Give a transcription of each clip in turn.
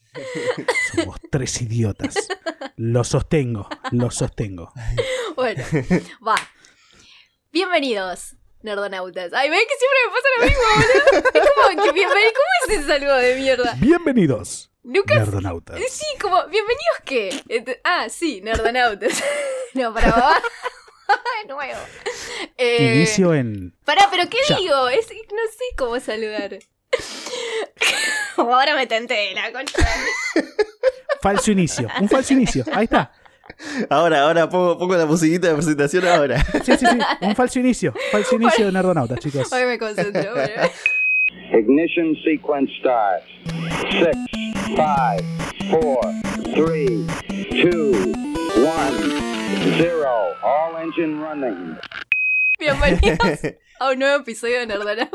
Somos 3 idiotas. Lo sostengo. Bueno, va. Bienvenidos, nerdonautas. Ay, ven que siempre me pasa lo mismo, boludo. Es como que bienvenido. ¿Cómo es ese saludo de mierda? Bienvenidos, Nunca. nerdonautas. Sí, como, ¿bienvenidos qué? Sí, nerdonautas. No, para mamá. De nuevo. Inicio en... Pará, ¿pero qué Ya. digo? No sé cómo saludar. Como ahora me tenté la concha. Falso inicio. Un falso inicio. Ahí está. Ahora pongo la musiquita de presentación ahora. Sí. Un falso inicio. Falso inicio de nerdonautas, chicos. Hoy me concentro. Bueno. Ignition sequence start. 6, 5, 4, 3, 2, 1, 0. All engine running. Bienvenidos a un nuevo episodio de Nerdonautas.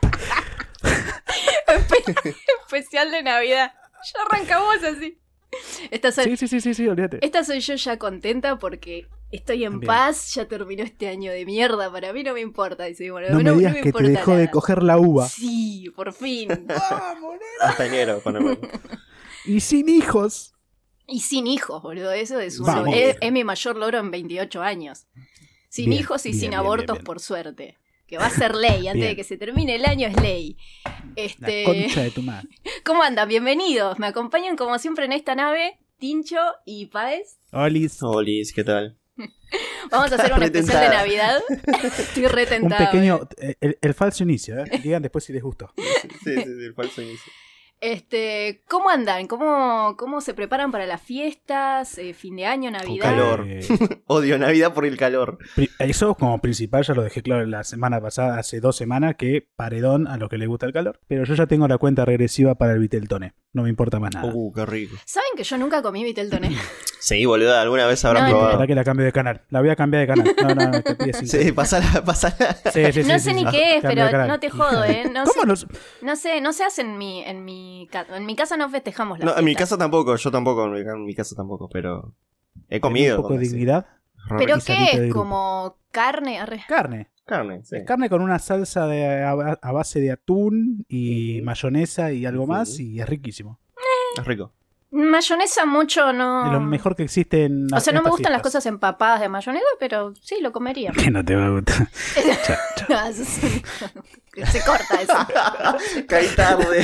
Especial de Navidad. Ya arrancamos así. Sí, olvídate. Esta soy yo ya contenta porque estoy en Bien. paz. Ya terminó este año de mierda. Para mí no me importa. Dice, bueno, No me digas me que te importa dejó de nada. coger la uva. Sí, por fin. Hasta enero, ponemos. Y sin hijos. Y sin hijos, boludo. Eso es, Vamos. es mi mayor logro en 28 años. Sin Bien, hijos y bien, sin bien, abortos, bien. por suerte. Que va a ser ley. Antes Bien. de que se termine el año es ley. La concha de tu madre. ¿Cómo andan? Bienvenidos. Me acompañan como siempre en esta nave Tincho y Páez. Olis. Olis, ¿qué tal? Vamos a hacer un especial de Retentada. Navidad. Estoy Un retentada. pequeño... el falso inicio, ¿eh? Digan después si les gustó. Sí, el falso inicio. ¿Cómo andan? ¿Cómo se preparan para las fiestas? Fin de año, Navidad. calor. Odio Navidad por el calor. Eso como principal ya lo dejé claro la semana pasada, hace 2 semanas, que paredón a lo que le gusta el calor. Pero yo ya tengo la cuenta regresiva para el Viteltoné. No me importa más nada. Qué rico. ¿Saben que yo nunca comí Viteltoné? Sí, boluda, alguna vez habrán No, probado. Para que la cambio de canal. La voy a cambiar de canal. No, te pides sin Sí, pasala. No sé ni qué es, Cambio de pero canal. no te jodo, ¿eh? ¿Cómo no? No se hace en mi casa no festejamos la No, en mi fiesta. casa tampoco, yo tampoco, en mi casa tampoco, pero he Un comido. poco de cuando sí. dignidad. ¿Pero y qué salite del es? grupo. ¿Como carne? Arre. Carne. Carne, sí. Es carne con una salsa a base de atún y mayonesa y algo más, y es riquísimo. Es rico. Mayonesa mucho no... Es lo mejor que existe en O sea, no me estas gustan las fiestas. cosas empapadas de mayonesa, pero sí, lo comería. Que no te va a gustar. No, eso se corta eso. Caí tarde.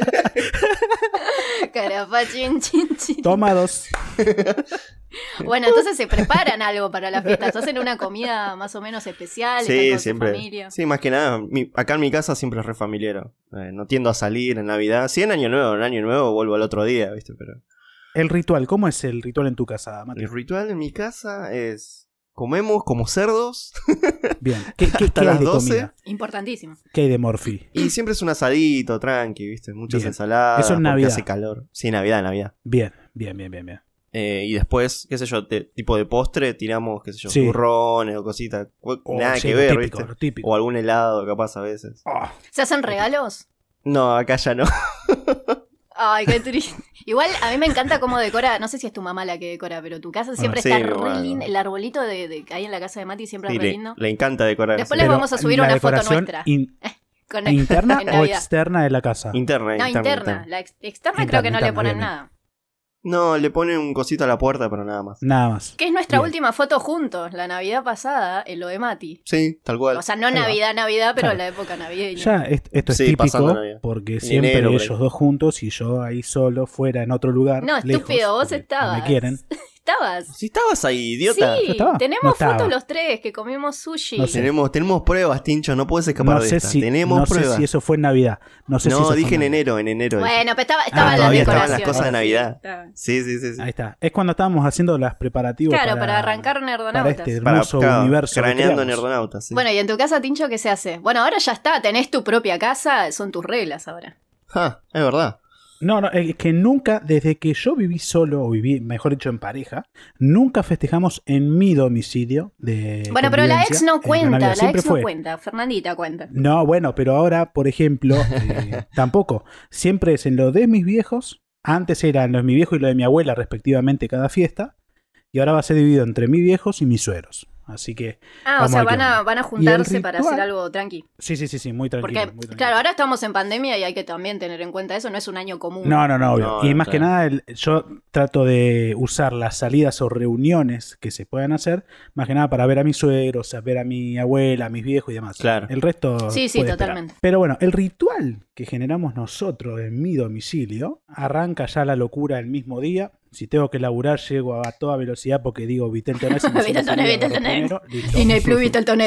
Carapa, chin, chin, chin. Toma 2. Bueno, entonces se preparan algo para las fiestas. Hacen una comida más o menos especial. Están Sí, con su siempre. familia. Sí, más que nada, acá en mi casa siempre es re familiar. No tiendo a salir en Navidad. Sí, en Año Nuevo vuelvo al otro día, ¿viste? Pero El ritual, ¿cómo es el ritual en tu casa, Mati? el ritual en mi casa es comemos como cerdos Bien. ¿Qué hasta hay las de 12. comida? Importantísimo. ¿Qué hay de morfi? Y siempre es un asadito, tranqui, ¿viste? Muchas Bien. ensaladas. Eso en porque Navidad. hace calor. Sí, Navidad. Bien. Y después, qué sé yo, tipo de postre, tiramos, qué sé yo, Sí. turrones o cositas. Nada sí, que lo ver, típico, ¿viste? lo típico. O algún helado, capaz, a veces. Oh, ¿Se hacen regalos? No, acá ya no. Ay, qué triste. Igual a mí me encanta cómo decora. No sé si es tu mamá la que decora, pero tu casa siempre sí, está mi re mamá. lindo. El arbolito que hay en la casa de Mati siempre Sí, es re le, lindo. le encanta decorar. Después sí. les vamos a subir ¿la una foto decoración nuestra. Con ¿Interna en o Navidad. externa de la casa? Interna. No, interna. La externa creo que no Interna, le ponen bien. nada. No, le ponen un cosito a la puerta, pero nada más. Nada más. Que es nuestra Bien. última foto juntos, la Navidad pasada, en lo de Mati. Sí, tal cual. O sea, no Ahí va. Navidad, pero Claro. la época navideña. Ya, esto es Sí, pasando típico, Navidad. porque En siempre enero, por ellos ahí. dos juntos y yo ahí solo, fuera, en otro lugar. No, lejos, estúpido, vos porque estabas. No me quieren. ¿Estabas? Si estabas ahí, idiota. Sí, ¿Yo estaba? tenemos No estaba. fotos los tres que comimos sushi. No sé. Tenemos pruebas, Tincho, no puedes escapar No de sé esta. si, Tenemos no sé pruebas. si eso fue en Navidad. No sé si eso No, fue dije en Navidad. enero. Bueno, pero estaban las todavía decoraciones. estaban las cosas de Navidad. Estaban. Sí. Ahí está. Es cuando estábamos haciendo las preparativos Claro, para arrancar Nerdonautas. para este hermoso universo que craneando creamos. Nerdonautas. Sí. Bueno, y en tu casa, Tincho, ¿qué se hace? Bueno, ahora ya está, tenés tu propia casa, son tus reglas ahora. Es verdad. No, es que nunca, desde que yo viví solo, o viví, mejor dicho, en pareja, nunca festejamos en mi domicilio de Bueno, pero la convivencia ex no en cuenta, Navidad. la Siempre ex no fue. cuenta, Fernandita cuenta. No, bueno, pero ahora, por ejemplo, tampoco. Siempre es en lo de mis viejos. Antes eran lo de mi viejo y lo de mi abuela, respectivamente, cada fiesta. Y ahora va a ser dividido entre mis viejos y mis suegros. Así que... o sea, van a juntarse para hacer algo tranqui. Sí, muy tranquilo. Porque, muy tranquilo. claro, ahora estamos en pandemia y hay que también tener en cuenta eso, no es un año común. No, obvio. Y más que nada, yo trato de usar las salidas o reuniones que se puedan hacer, más que nada para ver a mis suegros, a ver a mi abuela, a mis viejos y demás. Claro. El resto Sí, puede totalmente. esperar. Pero bueno, el ritual que generamos nosotros en mi domicilio arranca ya la locura el mismo día. Si tengo que laburar, llego a toda velocidad porque digo Viteltoné. Viteltoné. Y no hay plus Viteltoné.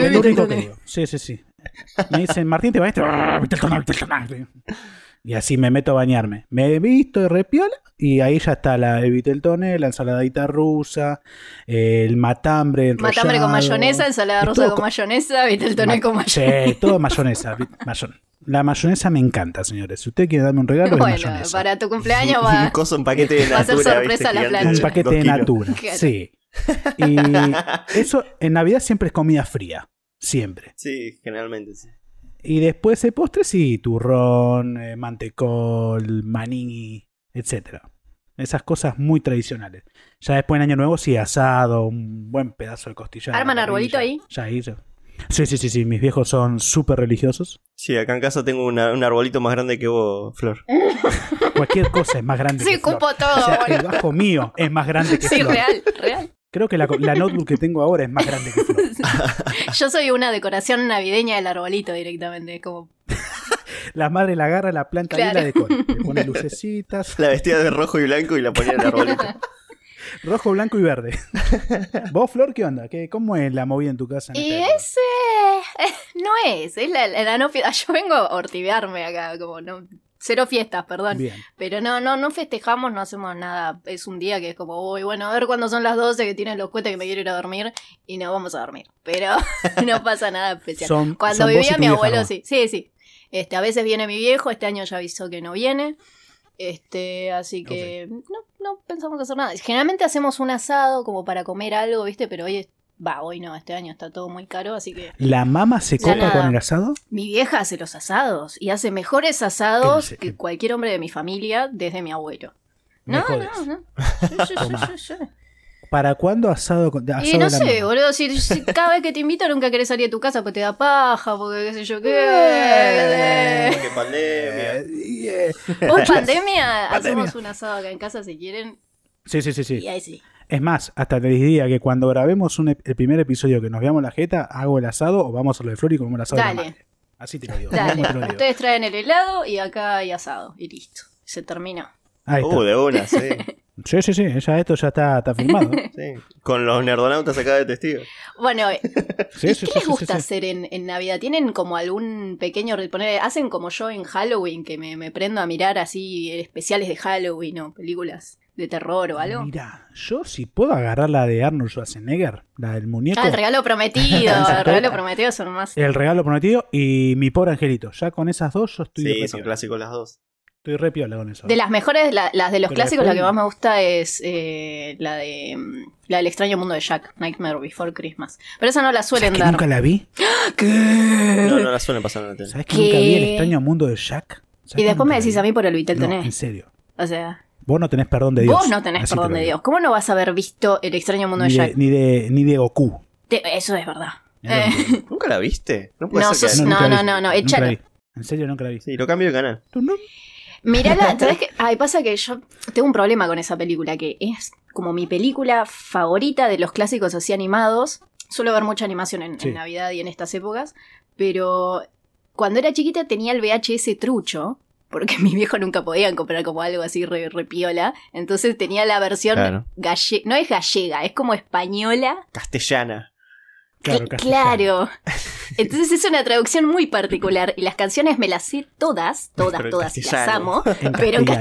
Sí. Me dicen, Martín, te va esto. Viteltoné. Y así me meto a bañarme. Me he visto de repiola y ahí ya está el Viteltoné, la ensaladita rusa, el matambre enrollado. Matambre con mayonesa, ensalada rusa con mayonesa, Viteltoné con mayonesa. Sí, todo mayonesa. La mayonesa me encanta, señores. Si usted quiere darme un regalo, bueno, es mayonesa. Para tu cumpleaños un paquete de Natura. Va a ser sorpresa a la plancha. Un paquete de Natura, Claro. sí. Y eso en Navidad siempre es comida fría. Siempre. Sí, generalmente sí. Y después de postre, sí, turrón, mantecol, maní, etcétera. Esas cosas muy tradicionales. Ya después en Año Nuevo, sí, asado, un buen pedazo de costilla. ¿Arman arbolito ahí? Ya ahí. Sí. Mis viejos son súper religiosos. Sí, acá en casa tengo un arbolito más grande que vos, Flor. Cualquier cosa es más grande que Flor. Sí, cupo todo. O sea, el bajo mío es más grande que Flor. Sí, real. Creo que la notebook que tengo ahora es más grande que Flor. Yo soy una decoración navideña del arbolito directamente. Como... La madre la agarra, la planta y la decora. Le pone lucecitas. La vestía de rojo y blanco y la ponía en el arbolito. Rojo, blanco y verde. ¿Vos, Flor, qué onda? ¿Cómo es la movida en tu casa? Y ese... no es la no fiesta. Yo vengo a ortivearme acá, como no... Cero fiestas, perdón. Bien. Pero no festejamos, no hacemos nada. Es un día que es como, uy, bueno, a ver cuándo son las 12 que tienen los cohetes que me quiero ir a dormir. Y nos vamos a dormir. Pero no pasa nada especial. Cuando vivía mi abuelo, sí. A veces viene mi viejo, este año ya avisó que no viene. Así que no pensamos hacer nada. Generalmente hacemos un asado como para comer algo, ¿viste? Pero hoy no, este año está todo muy caro, así que... ¿La mama se copa con el asado? Mi vieja hace los asados y hace mejores asados que cualquier hombre de mi familia desde mi abuelo. No. Sí. ¿Para cuándo asado? Y no sé, boludo, si cada vez que te invito nunca querés salir de tu casa porque te da paja, porque qué sé yo qué. ¡Qué pandemia! ¿Vos pandemia? Hacemos un asado acá en casa si quieren. Sí. Y ahí sí. Es más, hasta les diría que cuando grabemos el primer episodio que nos veamos la jeta, hago el asado o vamos a lo de Flor y comemos el asado. Dale. Así te lo digo. Dale. Ustedes traen el helado y acá hay asado. Y listo. Se terminó. Ahí está. De una, sí. Sí. Esto ya está filmado. Sí. Con los nerdonautas acá de testigos. Bueno, ¿qué les gusta hacer en Navidad? ¿Tienen como algún pequeño... hacen como yo en Halloween, que me prendo a mirar así especiales de Halloween o películas de terror o algo? Mira, yo si puedo agarrar la de Arnold Schwarzenegger, la del muñeco. El regalo prometido. El regalo prometido son más... El regalo prometido y Mi pobre angelito. Ya con esas dos yo estoy... Sí, son clásicos las dos. Estoy re piola con eso. De las mejores, las de los Pero clásicos, después... la que más me gusta es la del extraño mundo de Jack, Nightmare Before Christmas. Pero esa no la suelen dar. ¿Nunca la vi? ¿Qué? No la suelen pasar en la tele. ¿Sabes que nunca vi el extraño mundo de Jack? Y después me decís a mí por el Viteltoné. No, en serio. O sea... Vos no tenés perdón de Dios. Vos no tenés perdón de Dios. ¿Cómo no vas a haber visto el extraño mundo de Jack? Ni de Goku. Eso es verdad. ¿Nunca la viste? No, échala. échala. En serio, nunca la vi. Sí, lo cambio de canal. Mirala, ¿sabes qué? Pasa que yo tengo un problema con esa película, que es como mi película favorita de los clásicos así animados. Suelo ver mucha animación en Navidad y en estas épocas, pero cuando era chiquita tenía el VHS trucho, porque mi viejo nunca podían comprar como algo así re piola, entonces tenía la versión gallega, no es gallega, es como española. Castellana. Claro. Entonces es una traducción muy particular y las canciones me las sé todas, las amo, pero en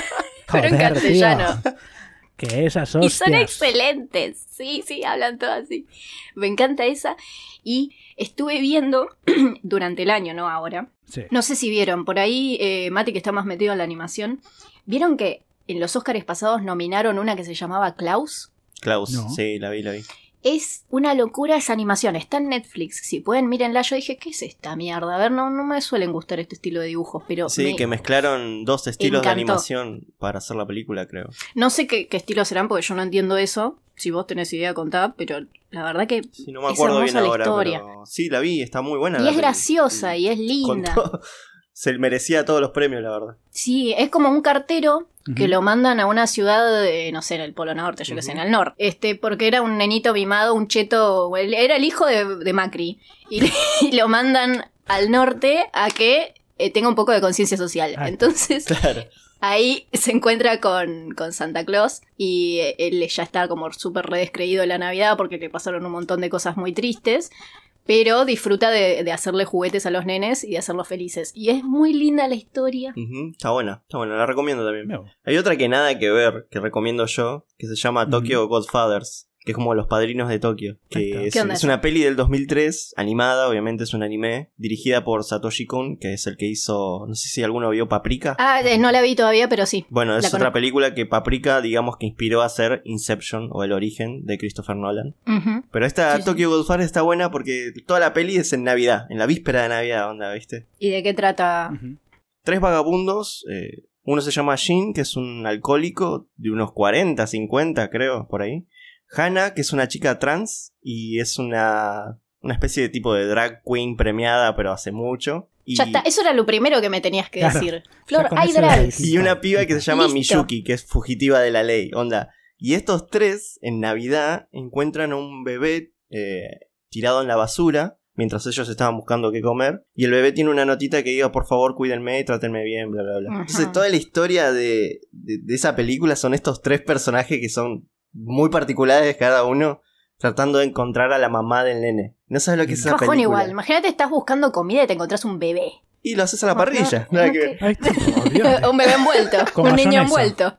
castellano. Que esas hostias. Y son excelentes. Sí, hablan todas así. Me encanta esa. Y estuve viendo durante el año, no ahora. Sí. No sé si vieron, por ahí Mati, que está más metido en la animación, ¿vieron que en los Óscares pasados nominaron una que se llamaba Klaus? Klaus, no. Sí, la vi. Es una locura esa animación, está en Netflix. Si pueden, mírenla. Yo dije, ¿qué es esta mierda? A ver, no me suelen gustar este estilo de dibujos, pero sí, que mezclaron 2 estilos de animación para hacer la película, creo. No sé qué estilos serán, porque yo no entiendo eso. Si vos tenés idea, contá, pero la verdad que sí, no me acuerdo bien ahora, la historia. Pero sí, la vi, está muy buena. Y es graciosa y es linda. Se merecía todos los premios, la verdad. Sí, es como un cartero que lo mandan a una ciudad, no sé, en el Polo Norte, yo que sé, en el norte. Porque era un nenito mimado, un cheto, era el hijo de Macri. Y lo mandan al norte a que tenga un poco de conciencia social. Entonces, claro. Ahí se encuentra con Santa Claus y él ya está como súper redescreído de la Navidad porque le pasaron un montón de cosas muy tristes. Pero disfruta de hacerle juguetes a los nenes y de hacerlos felices. Y es muy linda la historia. Está buena, la recomiendo también. No. Hay otra que nada que ver, que recomiendo yo, que se llama Tokyo Godfathers, que es como Los Padrinos de Tokio. Que es una peli del 2003, animada, obviamente es un anime, dirigida por Satoshi Kon, que es el que hizo, no sé si alguno vio Paprika. No la vi todavía, pero sí. Bueno, es otra película que Paprika, digamos que inspiró a hacer Inception, o El Origen, de Christopher Nolan. Pero esta Tokyo Godfathers está buena porque toda la peli es en Navidad, en la víspera de Navidad, onda, ¿viste? ¿Y de qué trata? 3 vagabundos, uno se llama Jin, que es un alcohólico de unos 40, 50, creo, por ahí. Hannah, que es una chica trans y es una especie de tipo de drag queen premiada, pero hace mucho. Y... Ya está, eso era lo primero que me tenías que decir. Flor, hay drags. Y una piba que se llama Miyuki, que es fugitiva de la ley, onda. Y estos 3, en Navidad, encuentran a un bebé tirado en la basura, mientras ellos estaban buscando qué comer. Y el bebé tiene una notita que diga, por favor, cuídenme y trátenme bien, bla, bla, bla. Entonces, toda la historia de esa película son estos 3 personajes que son muy particulares cada uno, tratando de encontrar a la mamá del nene. No sabes lo que es esa película. Igual, imagínate, estás buscando comida y te encontrás un bebé. Y lo haces a la parrilla. Nada que ver. Un bebé envuelto. Un niño envuelto.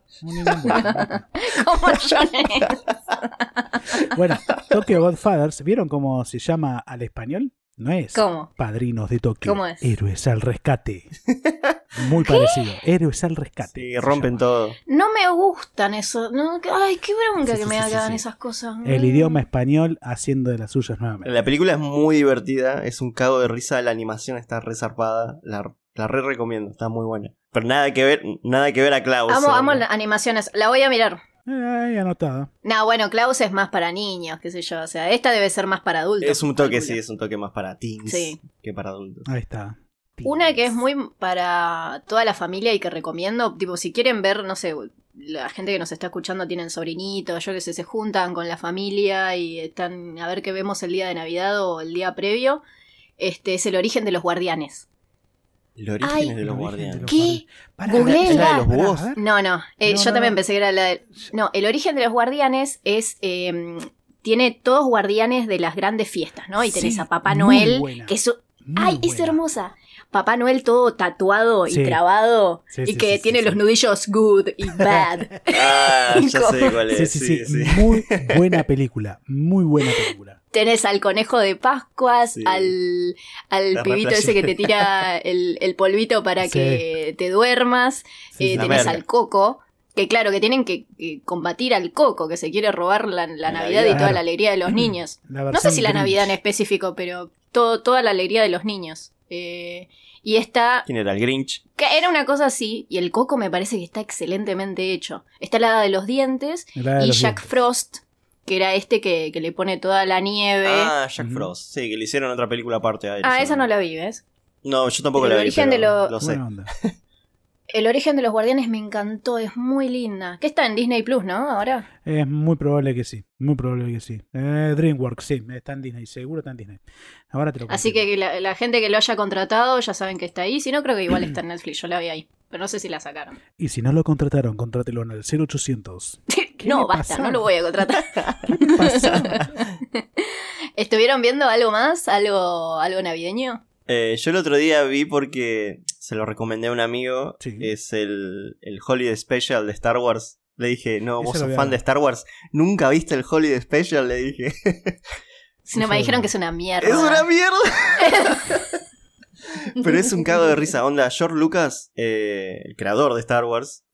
Como Jones. Bueno, Tokyo Godfathers, ¿vieron cómo se llama al español? No es Padrinos de Tokio. ¿Cómo es? Héroes al rescate. Muy parecido. Héroes al rescate. Sí, rompen todo. No me gustan eso. No, ay, qué bronca que me hagan esas cosas. El idioma español haciendo de las suyas nuevamente. La película es muy divertida. Es un cago de risa. La animación está resarpada. La recomiendo. Está muy buena. Pero nada que ver a Klaus. Amo las animaciones. La voy a mirar. Anotado. No, bueno, Klaus es más para niños, qué sé yo. O sea, esta debe ser más para adultos. Es un toque, sí, es un toque más para teens que para adultos. Ahí está. Una que es muy para toda la familia y que recomiendo, tipo, si quieren ver, no sé, la gente que nos está escuchando tienen sobrinitos, yo que sé, se juntan con la familia y están a ver qué vemos el día de Navidad o el día previo, es El Origen de los Guardianes. El origen de los guardianes. ¿Qué? ¿Googleé la de los búhos? No. Yo también pensé que era la de... No, El Origen de los Guardianes es... tiene todos guardianes de las grandes fiestas, ¿no? Y tenés a Papá Noel, que es... ¡Ay, es hermosa! Papá Noel todo tatuado y trabado y que tiene los nudillos good y bad. Ya sé cuál es. Sí. Muy buena película. Tenés al conejo de Pascuas, al pibito ese que te tira el polvito para que te duermas. Tenés al Coco, que claro, que tienen que combatir al Coco, que se quiere robar la Navidad y toda la alegría de los niños. No sé si la Navidad en específico, pero toda la alegría de los niños. Y está... ¿Quién era? ¿El Grinch? Que era una cosa así, y el Coco me parece que está excelentemente hecho. Está la Hada de los Dientes y Jack Frost, que era que le pone toda la nieve. Jack Frost, sí, que le hicieron otra película aparte a él. Esa no la vi, ¿ves? No, yo tampoco la vi, pero lo sé. El Origen de los Guardianes me encantó, es muy linda. Que está en Disney Plus, ¿no? Ahora. Es muy probable que sí. DreamWorks, sí, está en Disney, seguro está en Disney. Ahora te lo cuento. Así que la gente que lo haya contratado ya saben que está ahí. Si no, creo que igual está en Netflix, yo la vi ahí. Pero no sé si la sacaron. Y si no lo contrataron, contrátelo en el 0800. No, basta, no lo voy a contratar. ¿Qué pasa? ¿Estuvieron viendo algo más? ¿Algo navideño? Yo el otro día vi porque se lo recomendé a un amigo. Es el Holiday Special de Star Wars. Le dije, no, vos sos fan de Star Wars. ¿Nunca viste el Holiday Special? Le dije. Si no, me dijeron que es una mierda. ¡Es una mierda! Pero es un cago de risa. Onda, George Lucas, el creador de Star Wars,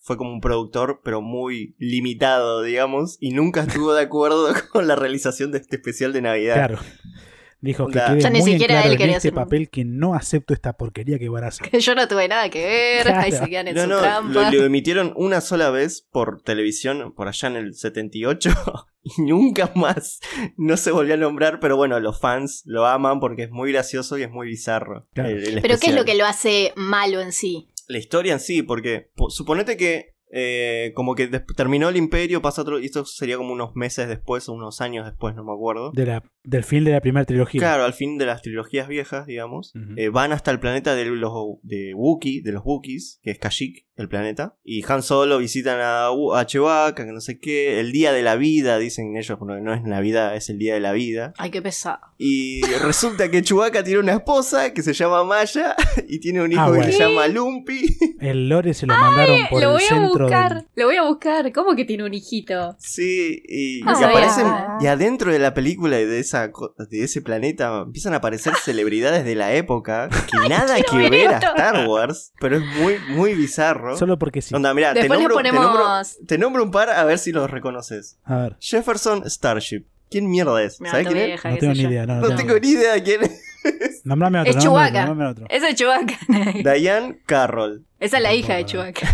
fue como un productor, pero muy limitado, digamos, y nunca estuvo de acuerdo con la realización de este especial de Navidad. Claro. Dijo que quede ya ni muy siquiera claro él quería en este hacer papel que no acepto esta porquería que van a hacer. Que yo no tuve nada que ver, Claro. ahí se quedan en su trampa. Lo emitieron una sola vez por televisión, por allá en el 78, y nunca más no se volvió a nombrar, pero bueno, los fans lo aman porque es muy gracioso y es muy bizarro. Claro. Pero ¿qué es lo que lo hace malo en sí? La historia en sí, porque suponete que como que terminó el imperio, pasa otro, y esto sería como unos meses después o unos años después, no me acuerdo. Del fin de la primera trilogía. Claro, al fin de las trilogías viejas, digamos. Uh-huh. Van hasta el planeta de los Wookiees, que es Kashyyyk, el planeta. Y Han Solo visitan a Chewbacca, que no sé qué. El día de la vida, dicen ellos, no es Navidad, es el día de la vida. Ay, qué pesado. Y resulta que Chewbacca tiene una esposa que se llama Maya y tiene un hijo que se llama Lumpy. El lore se lo mandaron por el centro. Lo voy a buscar. ¿Cómo que tiene un hijito? Sí, y aparecen. Y adentro de la película y de ese planeta empiezan a aparecer celebridades de la época que nada que ver a Star Wars, pero es muy, muy bizarro. Solo porque sí. Onda, mirá, te nombro un par a ver si los reconoces. A ver. Jefferson Starship. ¿Quién mierda es? ¿Sabes quién es? No tengo ni idea. No tengo ni idea de quién es. Nombrame otro. Es Chewbacca. Otro. Ese es Chewbacca. Diane Carroll. Esa es la hija de Chewbacca.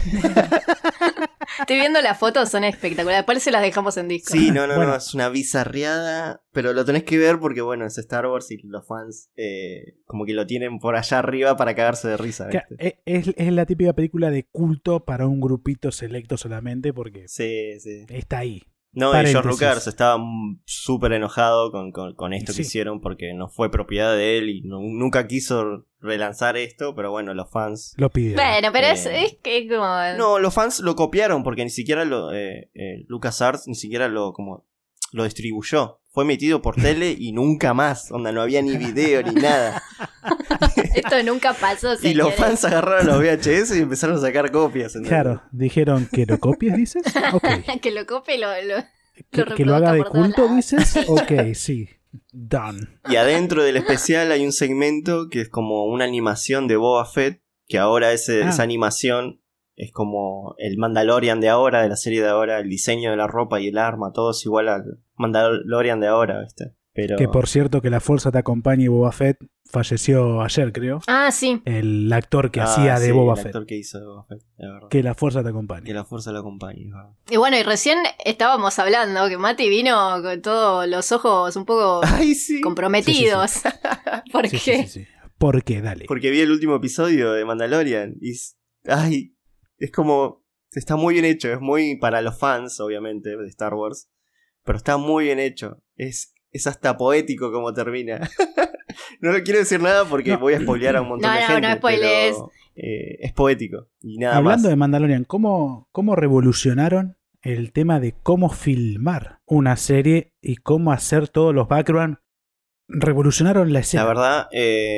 Estoy viendo las fotos, son espectaculares. Después se las dejamos en disco. Sí, no, es una bizarreada. Pero lo tenés que ver porque, bueno, es Star Wars y los fans como que lo tienen por allá arriba para cagarse de risa. ¿Viste? Es la típica película de culto para un grupito selecto solamente porque sí. Está ahí. No, y George Lucas estaba súper enojado con esto que hicieron porque no fue propiedad de él y nunca quiso relanzar esto, pero bueno, los fans lo pidieron. Bueno, pero es que como... No, los fans lo copiaron porque ni siquiera LucasArts ni siquiera lo distribuyó. Fue emitido por tele y nunca más. Onda, no había ni video ni nada. Esto nunca pasó, señores. Y los fans agarraron los VHS y empezaron a sacar copias. ¿Entendés? Claro, dijeron que lo copies, dices. Okay. Que lo copie y que lo haga de culto, dices. Ok, sí. Done. Y adentro del especial hay un segmento que es como una animación de Boba Fett, que ahora esa animación es como el Mandalorian de ahora, de la serie de ahora, el diseño de la ropa y el arma, todo es igual al Mandalorian de ahora, ¿viste? Pero... Que por cierto, que la fuerza te acompañe, Boba Fett falleció ayer, creo. Ah, sí. El actor que hacía de Boba Fett. El actor que hizo de Boba Fett, la verdad. Que la fuerza te acompañe. Que la fuerza la acompañe, ¿verdad? Y bueno, y recién estábamos hablando que Mati vino con todos los ojos un poco comprometidos. Sí. ¿Por qué? Sí. ¿Por qué? Dale. Porque vi el último episodio de Mandalorian y es como... Está muy bien hecho, es muy para los fans, obviamente, de Star Wars. Pero está muy bien hecho. Es hasta poético como termina. No le quiero decir nada porque voy a spoilear a un montón de gente. No spoilees. Es poético y nada Hablando más. de Mandalorian, ¿cómo revolucionaron el tema de cómo filmar una serie y cómo hacer todos los background? Revolucionaron la escena. La verdad,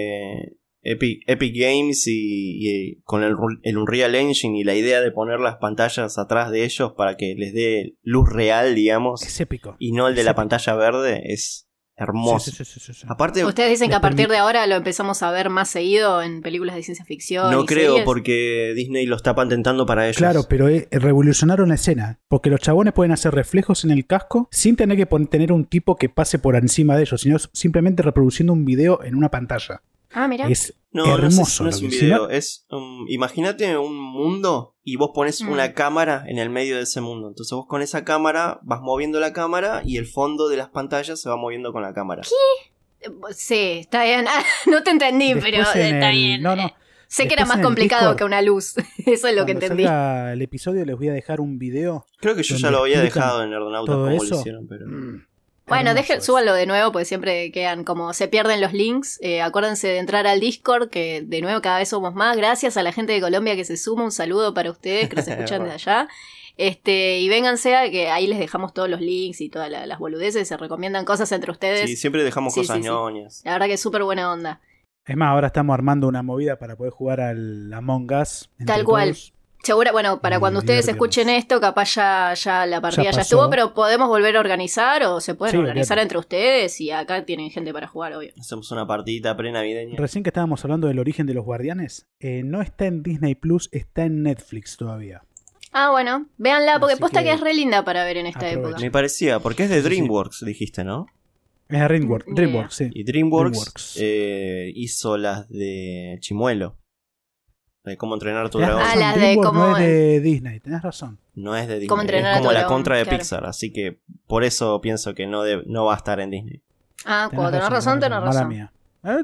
Epic Games y con el Unreal Engine y la idea de poner las pantallas atrás de ellos para que les dé luz real, digamos. Es épico. Y no el de la pantalla verde, es hermoso. Sí. Aparte, ustedes dicen que a partir de ahora lo empezamos a ver más seguido en películas de ciencia ficción. No creo, series. porque Disney lo está patentando para ellos. Claro, pero revolucionaron la escena. Porque los chabones pueden hacer reflejos en el casco sin tener que tener un tipo que pase por encima de ellos, sino simplemente reproduciendo un video en una pantalla. Ah, mira. Es hermoso. No es un video, es imagínate un mundo y vos pones una cámara en el medio de ese mundo. Entonces vos con esa cámara vas moviendo la cámara y el fondo de las pantallas se va moviendo con la cámara. ¿Qué? Sí, está bien. No te entendí, después pero está bien. No. Sé que era más complicado que una luz. Eso es lo que entendí. Cuando salga el episodio les voy a dejar un video. Creo que yo ya lo había dejado en Nerdonautas como eso. lo hicieron, pero... Bueno, súbanlo de nuevo porque siempre quedan como se pierden los links. Acuérdense de entrar al Discord, que de nuevo cada vez somos más. Gracias a la gente de Colombia que se suma. Un saludo para ustedes que nos escuchan de allá. Y vénganse a que ahí les dejamos todos los links y todas las boludeces. Se recomiendan cosas entre ustedes. Sí, siempre dejamos cosas ñoñas. La verdad que es súper buena onda. Es más, ahora estamos armando una movida para poder jugar al Among Us. Tal cual. Todos. Segura, bueno, para cuando ustedes escuchen esto, capaz ya la partida ya estuvo, pero podemos volver a organizar o se pueden organizar entre ustedes y acá tienen gente para jugar, obvio. Hacemos una partidita pre-navideña. Recién que estábamos hablando del origen de los Guardianes, no está en Disney Plus, está en Netflix todavía. Ah, bueno, véanla, porque posta que es re linda para ver en esta época. Me parecía, porque es de DreamWorks, dijiste, ¿no? Es de DreamWorks, sí. Y DreamWorks. Hizo las de Chimuelo. De Cómo entrenar tu dragón. Las de cómo... No es de Disney, tenés razón. No es de Disney, Cómo entrenar es como la dragón, contra de Pixar, así que por eso pienso que no va a estar en Disney. Ah, cuando tenés razón, tenés razón. Mala mía.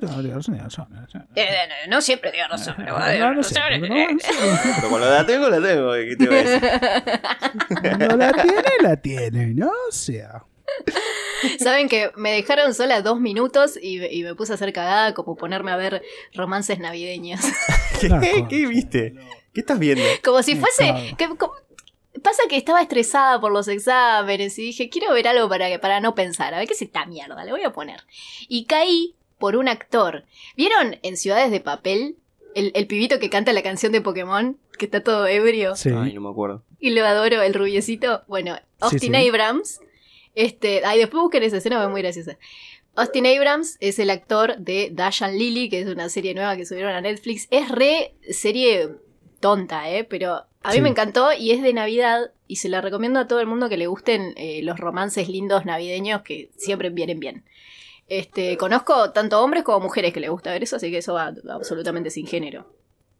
No siempre tengo razón, pero Pero cuando la tengo, ¿qué te voy a decir? Cuando la tiene, ¿no? O sea... Saben que me dejaron sola 2 minutos y me puse a hacer cagada, como ponerme a ver romances navideños. ¿Qué viste? ¿Qué estás viendo? Como si fuese... Pasa que estaba estresada por los exámenes y dije, quiero ver algo para no pensar. A ver qué es esta mierda, le voy a poner. Y caí por un actor. ¿Vieron en Ciudades de Papel el pibito que canta la canción de Pokémon? Que está todo ebrio. Sí. Ay, no me acuerdo. Y lo adoro, el rubiecito. Bueno, Austin Abrams... después busquen esa escena, es muy graciosa. Austin Abrams es el actor de Dash and Lily, que es una serie nueva que subieron a Netflix. Es re serie tonta, pero a mí me encantó y es de Navidad y se la recomiendo a todo el mundo que le gusten los romances lindos navideños que siempre vienen bien. Conozco tanto hombres como mujeres que les gusta ver eso, así que eso va absolutamente sin género.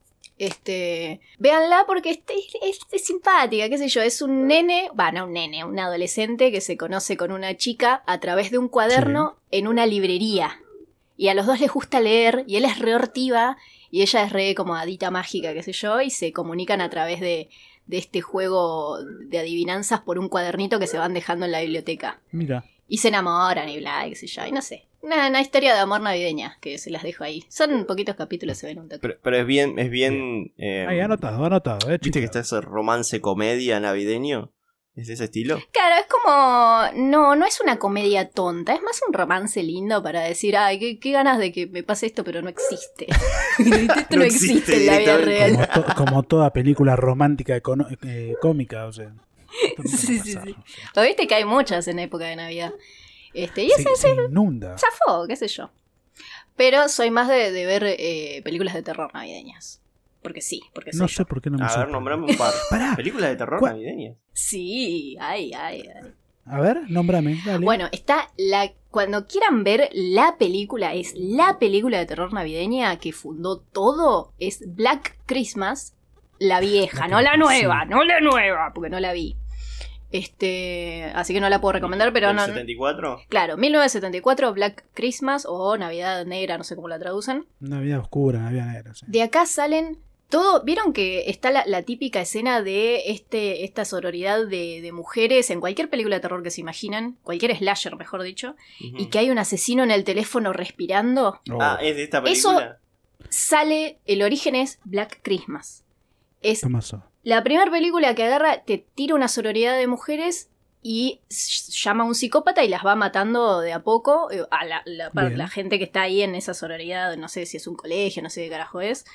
Véanla porque es simpática, qué sé yo, es un nene, un adolescente que se conoce con una chica a través de un cuaderno en una librería. Y a los dos les gusta leer, y él es re hortiva, y ella es re como hadita mágica, qué sé yo, y se comunican a través de este juego de adivinanzas por un cuadernito que se van dejando en la biblioteca. Mira. Y se enamoran y bla, qué sé yo, y no sé. Una historia de amor navideña que se las dejo ahí. Son poquitos capítulos, se ven un toque. Pero es bien. Ahí anotado. ¿Viste que está ese romance comedia navideño? ¿Es de ese estilo? Claro, es como... No es una comedia tonta. Es más un romance lindo para decir, ay, qué ganas de que me pase esto, pero no existe. Esto no existe en la vida real. Como toda película romántica cómica, o sea. Sí. Lo viste que hay muchas en época de Navidad. Y se inunda. Zafó, qué sé yo. Pero soy más de ver películas de terror navideñas. Porque sí, porque no sé por qué no me A ver, nombrame un par. ¿Películas de terror navideñas? Sí, ay. A ver, nómbrame, dale. Bueno, está cuando quieran ver la película, es la película de terror navideña que fundó todo, es Black Christmas, la vieja, no la nueva, porque no la vi. Así que no la puedo recomendar, pero no. ¿74? Claro, 1974, Black Christmas o Navidad Negra, no sé cómo la traducen. Navidad Oscura, Navidad Negra, sí. De acá salen todo. ¿Vieron que está la típica escena de esta sororidad de mujeres en cualquier película de terror que se imaginan? Cualquier slasher, mejor dicho. Uh-huh. Y que hay un asesino en el teléfono respirando. Ah, ¿es de esta película? Eso sale, el origen es Black Christmas. Es Tomaso. La primera película que agarra, te tira una sororidad de mujeres y llama a un psicópata y las va matando de a poco a la gente que está ahí en esa sororidad. No sé si es un colegio, no sé qué carajo es.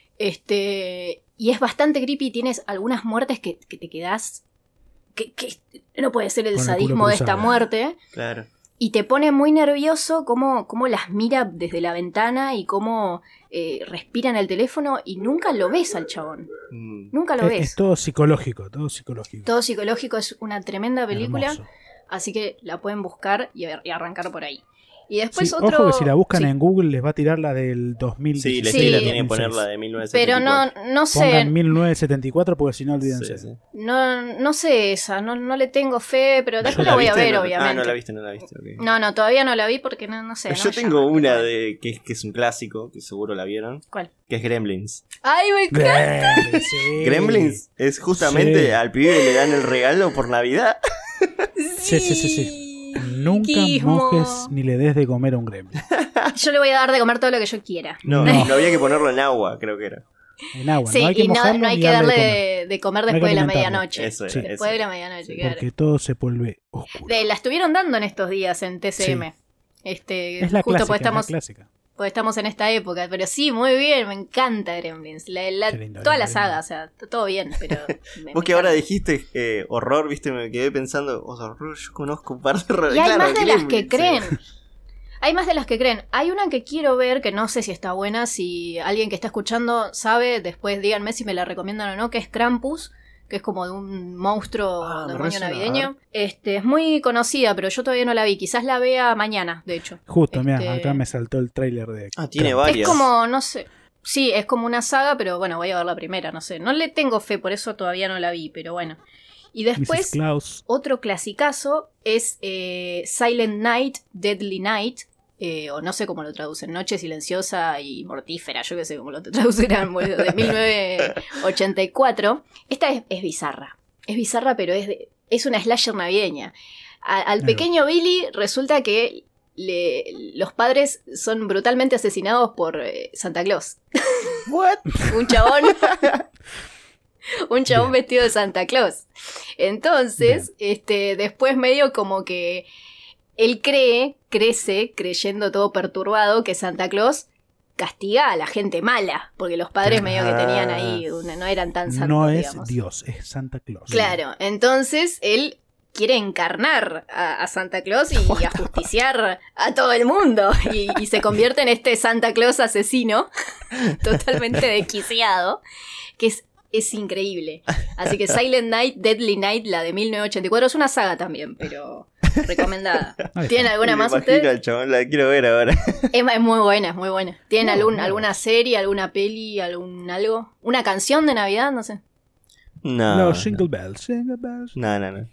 Y es bastante creepy. Tienes algunas muertes que te quedás... Que no puede ser el sadismo de esta muerte. Claro. Y te pone muy nervioso cómo las mira desde la ventana y cómo respira en el teléfono y nunca lo ves al chabón. Nunca lo ves. Es todo psicológico, Todo psicológico, es una tremenda película. Hermoso. Así que la pueden buscar y arrancar por ahí. Y después ojo que si la buscan en Google les va a tirar la del 2000. Sí, la tienen que poner la de 1974. Pero no sé. Pongan 1974 porque si no olvídense. Sí. No sé esa, no le tengo fe, pero después la voy a ver, obviamente. Ah, no la viste. Okay. No, todavía no la vi porque no sé. Yo tengo una que es un clásico, que seguro la vieron. ¿Cuál? Que es Gremlins. ¡Ay, me encanta! Gremlins es justamente al pibe le dan el regalo por Navidad. Sí. Nunca mojes ni le des de comer a un gremlin. Yo le voy a dar de comer todo lo que yo quiera. No había que ponerlo en agua, creo que era. En agua, sí, no hay que mojarlo, no hay que darle de comer después de la medianoche. Eso es. Después de la medianoche, claro. Porque todo se vuelve oscuro. La estuvieron dando en estos días en TCM. Sí. Es la justo clásica. Pues estamos en esta época, pero sí, muy bien, me encanta Gremlins. Toda la saga, o sea, todo bien, pero... Vos que ahora dijiste horror, viste, me quedé pensando, horror, yo conozco un par de horror. Y hay más de las que creen. Hay más de las que creen. Hay una que quiero ver, que no sé si está buena, si alguien que está escuchando sabe, después díganme si me la recomiendan o no, que es Krampus, que que es como de un monstruo demonio navideño. Es muy conocida, pero yo todavía no la vi. Quizás la vea mañana, de hecho. Justo, mira, acá me saltó el tráiler de... tiene varias. Es como, no sé... Sí, es como una saga, pero bueno, voy a ver la primera, no sé. No le tengo fe, por eso todavía no la vi, pero bueno. Y después, otro clasicazo es Silent Night, Deadly Night, o no sé cómo lo traducen, Noche Silenciosa y Mortífera, yo qué sé cómo lo traducirán, de 1984. Esta es bizarra. Es bizarra, pero es una slasher navideña. Al pequeño Billy resulta que los padres son brutalmente asesinados por Santa Claus. ¿What? Un chabón vestido de Santa Claus. Entonces, después medio como que él crece creyendo todo perturbado que Santa Claus castiga a la gente mala, porque los padres medio que tenían ahí, no eran tan santos. No es digamos. Dios, es Santa Claus. Claro, entonces él quiere encarnar a Santa Claus y ajusticiar a todo el mundo. Y se convierte en este Santa Claus asesino, totalmente desquiciado, que es increíble. Así que Silent Night, Deadly Night, la de 1984, es una saga también, pero recomendada. ¿Tienen alguna más ustedes? Al chabón, la quiero ver ahora. Es muy buena, es muy buena. ¿Tienen alguna serie, alguna peli, algo? ¿Una canción de Navidad? No sé. No, Jingle Bells. No.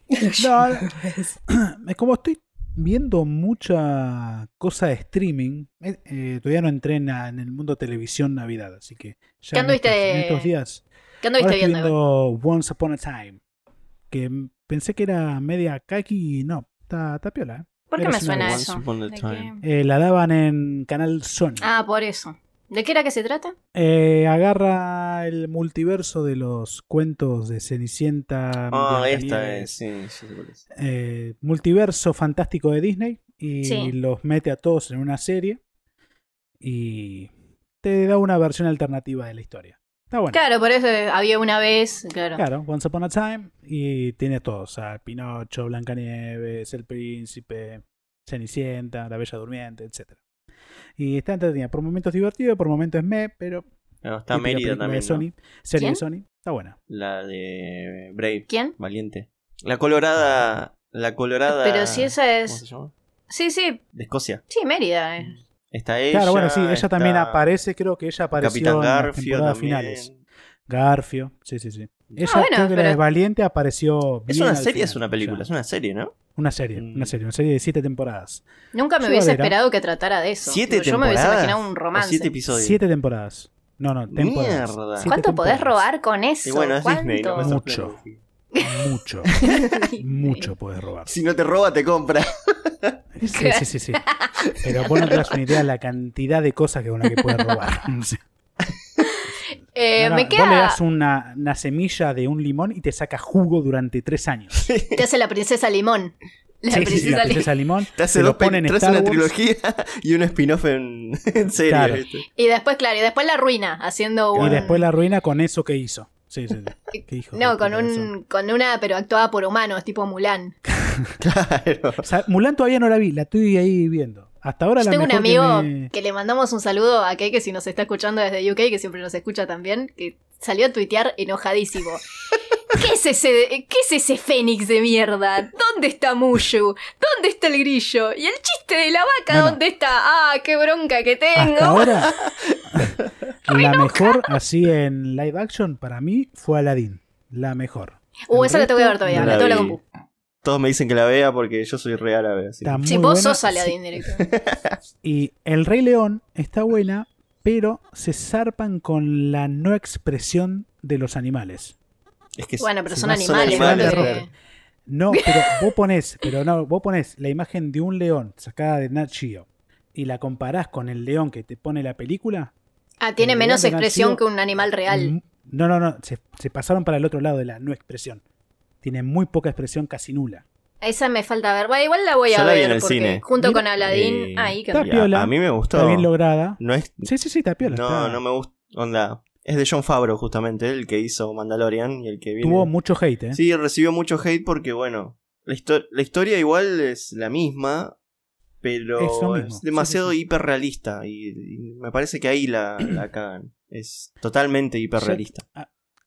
Es como estoy viendo mucha cosa de streaming, todavía no entré en el mundo televisión Navidad, así que ya en estos días. ¿Qué anduviste viendo? Estoy viendo Once Upon a Time, que pensé que era media kaki y no, está piola. ¿Por qué me suena eso? La daban en Canal Sony. Ah, por eso. ¿De qué era que se trata? Agarra el multiverso de los cuentos de Cenicienta. Esta es, sí. Multiverso fantástico de Disney y los mete a todos en una serie y te da una versión alternativa de la historia. Está bueno. Claro, por eso había una vez, Claro, Once Upon a Time y tiene todos, Pinocho, Blancanieves, El Príncipe, Cenicienta, La Bella Durmiente, etc. Y está entretenida, por momentos divertido, por momentos es pero... No, está Mérida también, de Sony, ¿no? Serie de Sony, está buena. La de Brave. ¿Quién? Valiente. La colorada... Pero si esa es... ¿Cómo se llama? Sí. De Escocia. Sí, Mérida. Está ella. Claro, bueno, sí, ella también aparece, creo que ella apareció Capitán en Garfio las temporadas también. Finales. Garfio, sí. Ella bueno, creo que la de Valiente apareció bien. ¿Es una serie final, es una película? Es una serie, ¿no? Una serie de 7 temporadas. Nunca me hubiese esperado que tratara de eso. 7 temporadas. Yo me hubiese imaginado un romance. 7 episodios. 7 temporadas. No, temporadas. Mierda. ¿Cuánto podés robar con eso? Y bueno, es Disney, no Mucho podés robar. Si no te roba, te compra. Sí. Pero vos no te das una idea de la cantidad de cosas con las que puedes robar. Me queda... Vos le das una semilla de un limón y te saca jugo durante 3 años. Te hace la princesa limón. La princesa limón. Te hace una trilogía y un spin-off en serie. Claro. Y después, la arruina haciendo un... Y después la arruina con eso que hizo. Sí. ¿Qué hijo? No, con una, pero actuada por humanos, tipo Mulan. Claro. O sea, Mulan todavía no la vi, la estoy ahí viendo. Hasta ahora tengo un amigo que le mandamos un saludo a Kay, que si nos está escuchando desde UK, que siempre nos escucha también, que salió a tuitear enojadísimo. ¿Qué es ese fénix de mierda? ¿Dónde está Mushu? ¿Dónde está el grillo? ¿Y el chiste de la vaca dónde está? ¡Ah, qué bronca que tengo! Hasta ahora, la mejor así en live action para mí fue Aladdin. La mejor. Esa la tengo que ver todavía, la tengo la compu. Todos me dicen que la vea porque yo soy re árabe. Si vos sos Aladdin directo. Y El Rey León está buena, pero se zarpan con la no expresión de los animales. Es que bueno, pero son animales. No, pero vos ponés la imagen de un león sacada de Nat Geo y la comparás con el león que te pone la película. Tiene menos expresión que un animal real. No, se pasaron para el otro lado de la no expresión. Tiene muy poca expresión, casi nula. Esa me falta ver. Bueno, igual la voy a ver en el porque cine. Junto con Aladdin, ahí está piola. A mí me gustó. Está bien lograda. No es... Sí, está piola. No me gusta. Onda. Es de Jon Favreau, justamente, el que hizo Mandalorian y el que viene... Tuvo mucho hate, ¿eh? Sí, recibió mucho hate porque, bueno, la historia igual es la misma, pero es demasiado hiperrealista y me parece que ahí la cagan. Es totalmente hiperrealista.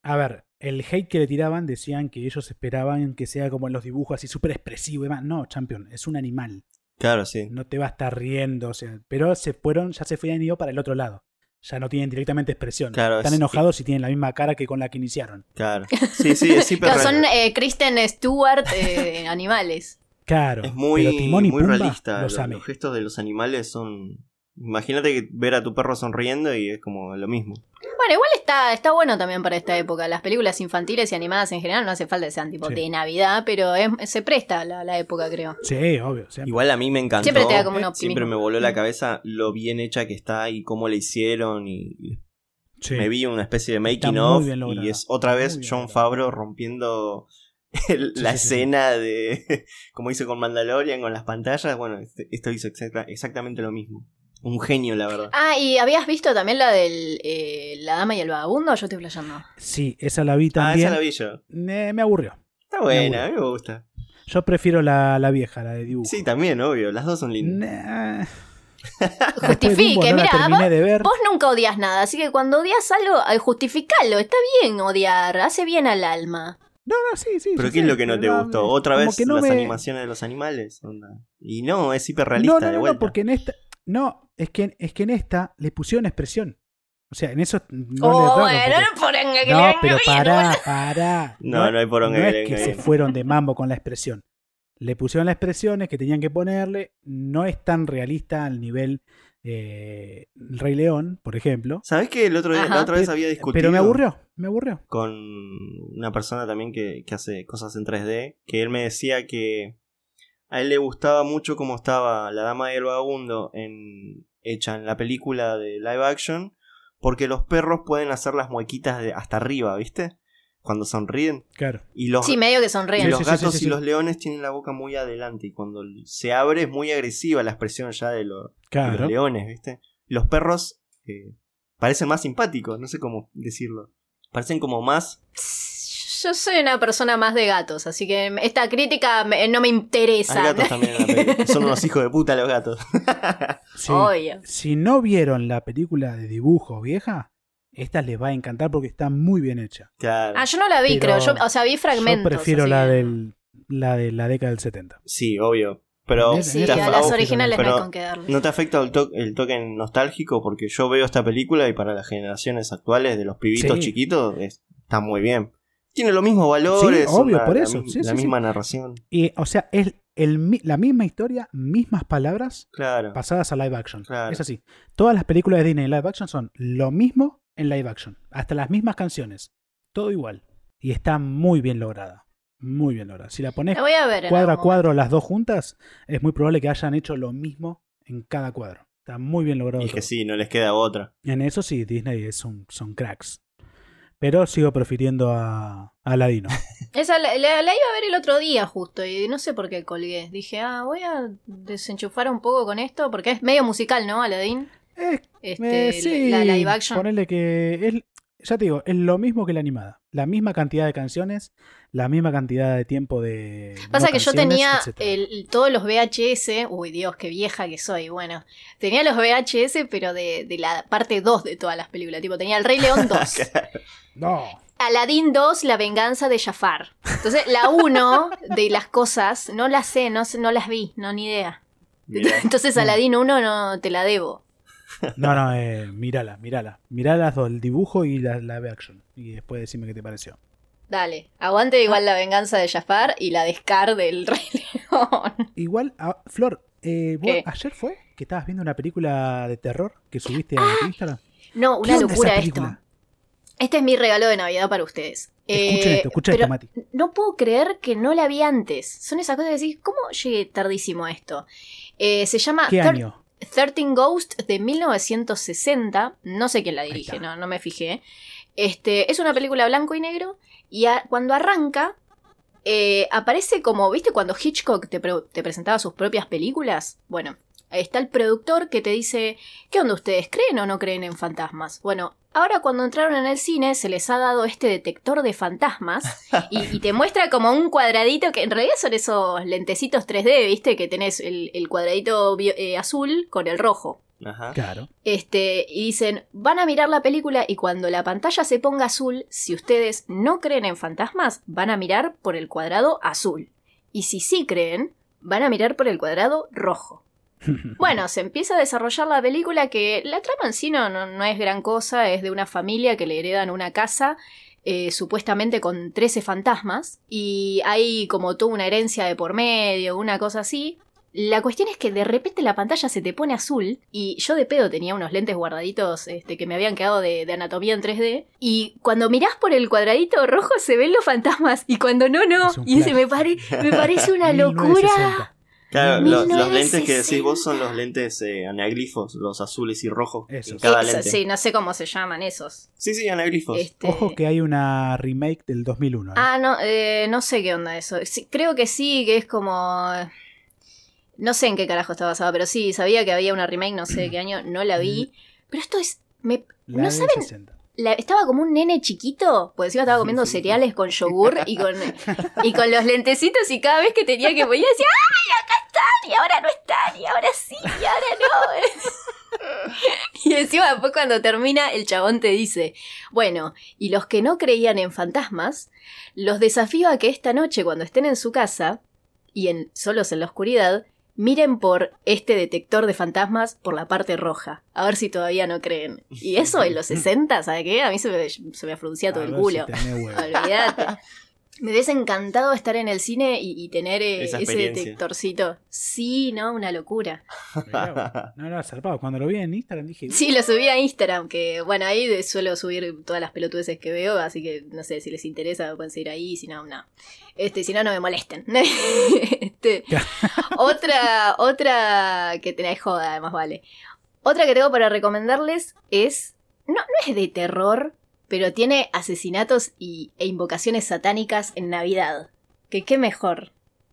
A ver, el hate que le tiraban decían que ellos esperaban que sea como en los dibujos, así súper expresivo y demás. No, Champion, es un animal. Claro, sí. No te va a estar riendo, o sea, pero ya se fueron ido para el otro lado. Ya no tienen directamente expresión. Claro, están enojados y tienen la misma cara que con la que iniciaron. Claro. Sí, es hiper claro, son Kristen Stewart animales. Claro, es muy, pero Timón y muy Pumba realista. los Los gestos de los animales son... Imagínate que ver a tu perro sonriendo y es como lo mismo. Bueno, igual está bueno también para esta época. Las películas infantiles y animadas en general no hace falta que sean tipo de Navidad, pero se presta la época, creo. Sí, obvio. Siempre. Igual a mí me encantó. Siempre te da como un optimismo. Siempre me voló la cabeza lo bien hecha que está y cómo la hicieron y me vi una especie de making of y es otra vez Jon Favreau rompiendo la escena de como hizo con Mandalorian con las pantallas. Bueno, esto hizo exactamente lo mismo. Un genio, la verdad. Ah, ¿y habías visto también la del La Dama y el Vagabundo? Yo estoy flasheando. Sí, esa la vi también. Ah, esa la vi yo. Me aburrió. Está buena, a mí me gusta. Yo prefiero la vieja, la de dibujo. Sí, también, obvio. Las dos son lindas. Justifique, mira, vos nunca odias nada, así que cuando odias algo, justificalo. Está bien odiar, hace bien al alma. No, sí. ¿Pero qué es lo que no te gustó? ¿Otra vez las animaciones de los animales? Y no, es hiperrealista de vuelta. No, porque en esta... No, es que en esta le pusieron expresión. O sea, en eso no pero pará. No hay poronga. No es que se fueron de mambo con la expresión. Le pusieron las expresiones que tenían que ponerle. No es tan realista al nivel Rey León, por ejemplo. ¿Sabés que la otra vez había discutido? Pero me aburrió. Con una persona también que hace cosas en 3D. Que él me decía que a él le gustaba mucho cómo estaba La Dama y el Vagabundo hecha en la película de live action, porque los perros pueden hacer las muequitas hasta arriba, ¿viste? Cuando sonríen. Claro. Sí, medio que sonríen. Y los gatos y los leones tienen la boca muy adelante, y cuando se abre es muy agresiva la expresión ya de los leones, ¿viste? Los perros parecen más simpáticos, no sé cómo decirlo. Parecen como más... Yo soy una persona más de gatos, así que esta crítica no me interesa. Hay gatos también en la película. Son unos hijos de puta los gatos. Sí. Si no vieron la película de dibujo vieja, esta les va a encantar porque está muy bien hecha. Claro. Yo no la vi, creo. Vi fragmentos. Yo prefiero la de la década del 70. Sí, obvio. Pero sí, a las originales no hay con qué darle. ¿No te afecta el toque nostálgico? Porque yo veo esta película y para las generaciones actuales de los pibitos chiquitos está muy bien. Tiene los mismos valores, sí, obvio, por eso. La misma narración. Y, o sea, es la misma historia, mismas palabras pasadas a live action. Claro. Es así. Todas las películas de Disney en live action son lo mismo en live action. Hasta las mismas canciones. Todo igual. Y está muy bien lograda. Muy bien lograda. Si la pones cuadro a cuadro las dos juntas, es muy probable que hayan hecho lo mismo en cada cuadro. Está muy bien logrado. Y que sí, no les queda otra. En eso sí, Disney son cracks. Pero sigo prefiriendo a Aladino. Esa la iba a ver el otro día justo y no sé por qué colgué. Dije, voy a desenchufar un poco con esto porque es medio musical, ¿no, Aladdin? Sí, la live action. Ponerle que ya te digo, es lo mismo que la animada. La misma cantidad de canciones, la misma cantidad de tiempo de... Pasa que yo tenía todos los VHS... Uy, Dios, qué vieja que soy. Bueno, tenía los VHS, pero de la parte 2 de todas las películas. Tipo, tenía El Rey León 2. No. Aladdin 2, La venganza de Jafar. Entonces, la 1 de las cosas, no las sé, no las vi, ni idea. Mirá. Entonces, Aladdin 1 no te la debo. No, mírala. Mirá las dos, el dibujo y la live action. Y después decime qué te pareció. Dale, aguante igual La venganza de Jafar y la de Scar del Rey León. Igual, Flor, ¿vos ayer fue que estabas viendo una película de terror que subiste a tu Instagram? No, una locura esto. Este es mi regalo de Navidad para ustedes. Escucha esto, Mati. No puedo creer que no la vi antes. Son esas cosas que decís, ¿cómo llegué tardísimo a esto? Se llama... ¿Qué año? 13 Ghosts de 1960. No sé quién la dirige, no me fijé. Es una película blanco y negro. Y cuando arranca, aparece como, ¿viste? Cuando Hitchcock te presentaba sus propias películas. Bueno, ahí está el productor que te dice, ¿qué onda ustedes? ¿Creen o no creen en fantasmas? Bueno, ahora cuando entraron en el cine se les ha dado este detector de fantasmas y te muestra como un cuadradito que en realidad son esos lentecitos 3D, ¿viste? Que tenés el cuadradito azul con el rojo. Ajá. Claro. Y dicen, van a mirar la película y cuando la pantalla se ponga azul, si ustedes no creen en fantasmas, van a mirar por el cuadrado azul. Y si sí creen, van a mirar por el cuadrado rojo. Bueno, se empieza a desarrollar la película, que la trama en sí no es gran cosa, es de una familia que le heredan una casa supuestamente con 13 fantasmas y hay como toda una herencia de por medio, una cosa así. La cuestión es que de repente la pantalla se te pone azul y yo de pedo tenía unos lentes guardaditos que me habían quedado de anatomía en 3D y cuando mirás por el cuadradito rojo se ven los fantasmas y cuando no. Y ese me parece una locura. Claro, los lentes que decís vos son los lentes anaglifos, los azules y rojos. En cada lente. Sí, no sé cómo se llaman esos. Sí, anaglifos. Ojo que hay una remake del 2001. No sé qué onda eso. Sí, creo que sí, que es como... No sé en qué carajo está basado, pero sí, sabía que había una remake, no sé de qué año, no la vi. Pero esto es... ¿No saben? 60. Estaba como un nene chiquito, porque encima estaba comiendo cereales con yogur y con los lentecitos y cada vez que tenía que poner decía ¡ay, acá están! Y ahora no están, y ahora sí, y ahora no. Y encima después cuando termina el chabón te dice, bueno, y los que no creían en fantasmas, los desafío a que esta noche cuando estén en su casa y solos en la oscuridad, miren por este detector de fantasmas por la parte roja. A ver si todavía no creen. Y eso en los 60, ¿sabes qué? A mí se me fruncía todo el culo. Olvídate. Me hubiese encantado estar en el cine y tener ese detectorcito. Sí, ¿no? Una locura. No, zarpado. Cuando lo vi en Instagram dije... Sí, lo subí a Instagram, que bueno, ahí suelo subir todas las pelotudeces que veo, así que no sé si les interesa, pueden seguir ahí, si no. Si no me molesten. Otra que tenés joda, además vale. Otra que tengo para recomendarles es... No es de terror, pero tiene asesinatos e invocaciones satánicas en Navidad. ¿Qué mejor?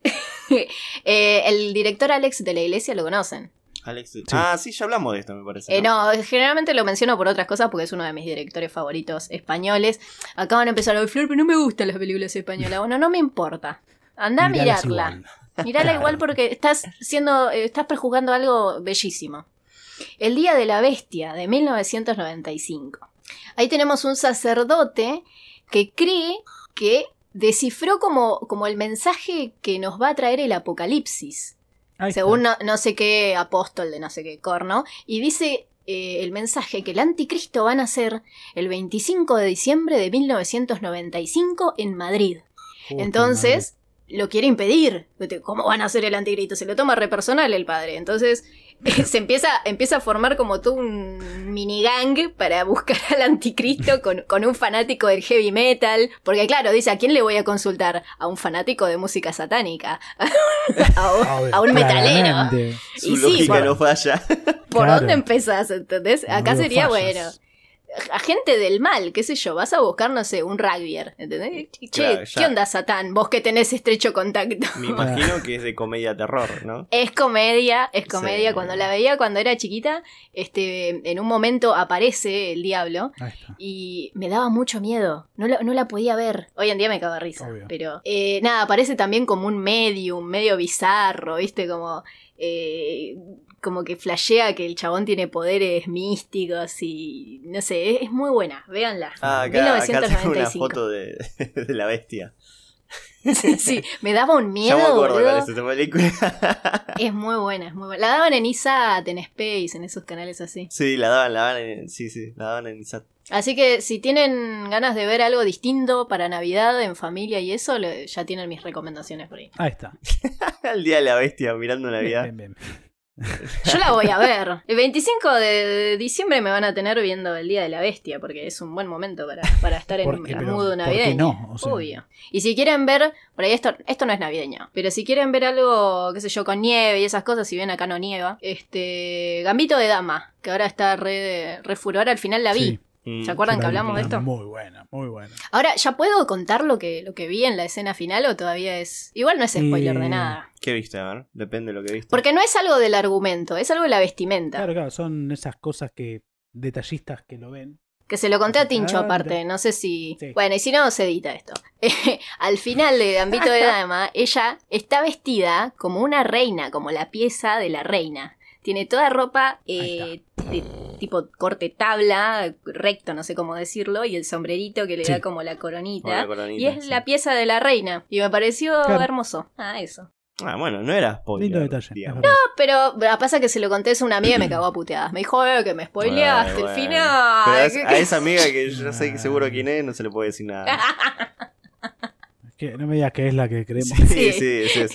El director Alex de la Iglesia, ¿lo conocen? Alex, sí. Sí, ya hablamos de esto, me parece. No, generalmente lo menciono por otras cosas porque es uno de mis directores favoritos españoles. Acaban de empezar a Flor, pero no me gustan las películas españolas. Bueno, no me importa. Andá a mirarla. Mirala igual porque estás prejuzgando algo bellísimo. El Día de la Bestia, de 1995. Ahí tenemos un sacerdote que cree que descifró como el mensaje que nos va a traer el apocalipsis. Según no sé qué apóstol de no sé qué corno. Y dice el mensaje que el anticristo va a nacer el 25 de diciembre de 1995 en Madrid. Entonces lo quiere impedir. ¿Cómo van a hacer el anticristo? Se lo toma re personal el padre. Entonces se empieza a formar como todo un minigang para buscar al anticristo con un fanático del heavy metal. Porque claro, dice, ¿a quién le voy a consultar? A un fanático de música satánica. a un metalero. Su lógica no falla. ¿Por dónde empezás? ¿Entendés? Acá sería bueno. Agente del mal, qué sé yo, vas a buscar, no sé, un rugbyer, ¿entendés? Che, ¿qué onda, Satán? Vos que tenés estrecho contacto. Me imagino que es de comedia terror, ¿no? Es comedia. Sí. Cuando la veía cuando era chiquita, en un momento aparece el diablo y me daba mucho miedo. No la podía ver. Hoy en día me cago de risa. Obvio. Pero aparece también como un medium, medio bizarro, ¿viste? Como que flashea que el chabón tiene poderes místicos y no sé, es muy buena, véanla. Acá tengo una foto de la bestia. Sí, me daba un miedo. Ya me acuerdo de esta película. Es muy buena. La daban en ISAT, en Space, en esos canales así. Sí, la daban en ISAT. Así que si tienen ganas de ver algo distinto para Navidad, en familia y eso, ya tienen mis recomendaciones por ahí. Ahí está. El Día de la Bestia, mirando Navidad. Bien. Yo la voy a ver. El 25 de diciembre me van a tener viendo el Día de la Bestia, porque es un buen momento para estar en el mood navideño. ¿Por qué no? O sea, obvio. Y si quieren ver, por ahí esto no es navideño, pero si quieren ver algo, qué sé yo, con nieve y esas cosas, si bien acá no nieva, Gambito de Dama, que ahora está re furor, al final la vi. Sí. ¿Se acuerdan que hablamos de esto? Muy buena. Ahora, ¿ya puedo contar lo que vi en la escena final o todavía es...? Igual no es spoiler de nada. ¿Qué viste? A ver, depende de lo que viste. Porque no es algo del argumento, es algo de la vestimenta. Claro, son esas cosas detallistas que lo ven. Que se lo conté a Tincho aparte, no sé si... Sí. Bueno, y si no, se edita esto. Al final de Gambito de Dama, ella está vestida como una reina, como la pieza de la reina. tiene toda ropa de tipo corte tabla, recto, no sé cómo decirlo, y el sombrerito que le da como la coronita. Y es la pieza de la reina. Y me pareció hermoso. Eso. Bueno, no era spoiler. Lindo detalle. No, pero pasa que se lo conté a una amiga y me cagó a puteadas. Me dijo, que me spoileaste el final. Pero a esa amiga que yo sé que seguro quién es, no se le puede decir nada. Es que no me digas que es la que creemos. Sí, es esa.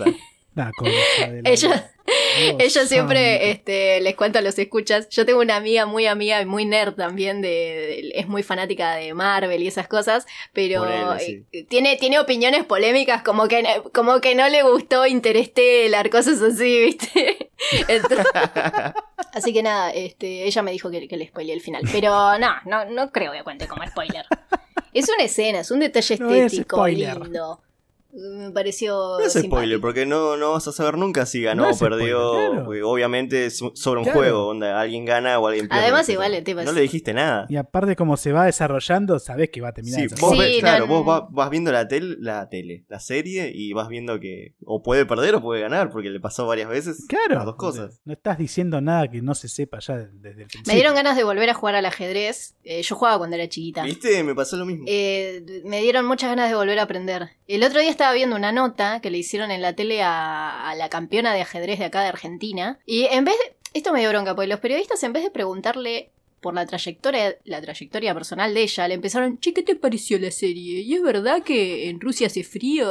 Ellos siempre les cuento a los escuchas. Yo tengo una amiga y muy nerd también, es muy fanática de Marvel y esas cosas, pero tiene opiniones polémicas, como que no le gustó Interstellar, cosas así, ¿viste? Entonces, así que nada, ella me dijo que le spoileé el final, pero no creo que cuente como spoiler. Es una escena, es un detalle estético lindo. Me pareció no es spoiler, porque no vas a saber nunca si ganó o perdió. Spoiler, claro. Obviamente es sobre un juego donde alguien gana o alguien pierde. Además igual el tema no le dijiste nada. Y aparte como se va desarrollando, sabés que va a terminar. Vos vas viendo la serie y vas viendo que o puede perder o puede ganar, porque le pasó varias veces las dos cosas. No estás diciendo nada que no se sepa ya desde el principio. Me dieron ganas de volver a jugar al ajedrez. Yo jugaba cuando era chiquita. ¿Viste? Me pasó lo mismo. Me dieron muchas ganas de volver a aprender. El otro día estaba viendo una nota que le hicieron en la tele a la campeona de ajedrez de acá de Argentina, y en vez de, esto me dio bronca, porque los periodistas en vez de preguntarle por la trayectoria personal de ella, le empezaron, ¿qué te pareció la serie? ¿Y es verdad que en Rusia hace frío?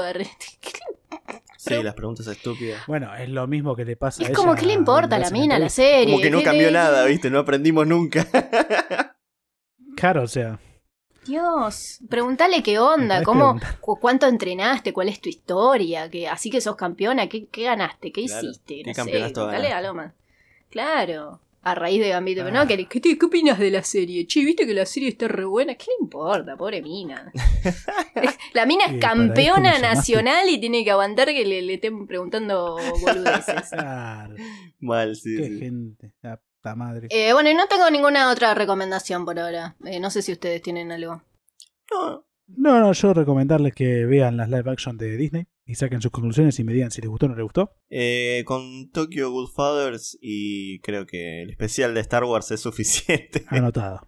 Sí, las preguntas estúpidas. Bueno, es lo mismo que le pasa a ella. Es como, ¿qué le importa a la mina, la serie? Como que no cambió nada, ¿viste? No aprendimos nunca. Claro, o sea... Dios, pregúntale qué onda, cuánto entrenaste, cuál es tu historia, así que sos campeona, ¿qué ganaste? ¿Qué hiciste? ¿Qué campeonato dale a Loma. Claro, a raíz de Gambito, pero no, ¿qué opinas de la serie? Che, ¿viste que la serie está re buena? ¿Qué le importa, pobre mina? La mina es campeona nacional y tiene que aguantar que le estén preguntando boludeces. Claro. Mal, sí. Qué gente. Madre. Bueno, y no tengo ninguna otra recomendación por ahora. No sé si ustedes tienen algo. No, yo recomendarles que vean las live action de Disney y saquen sus conclusiones y me digan si les gustó o no les gustó. Con Tokyo Godfathers y creo que el especial de Star Wars es suficiente. Anotado.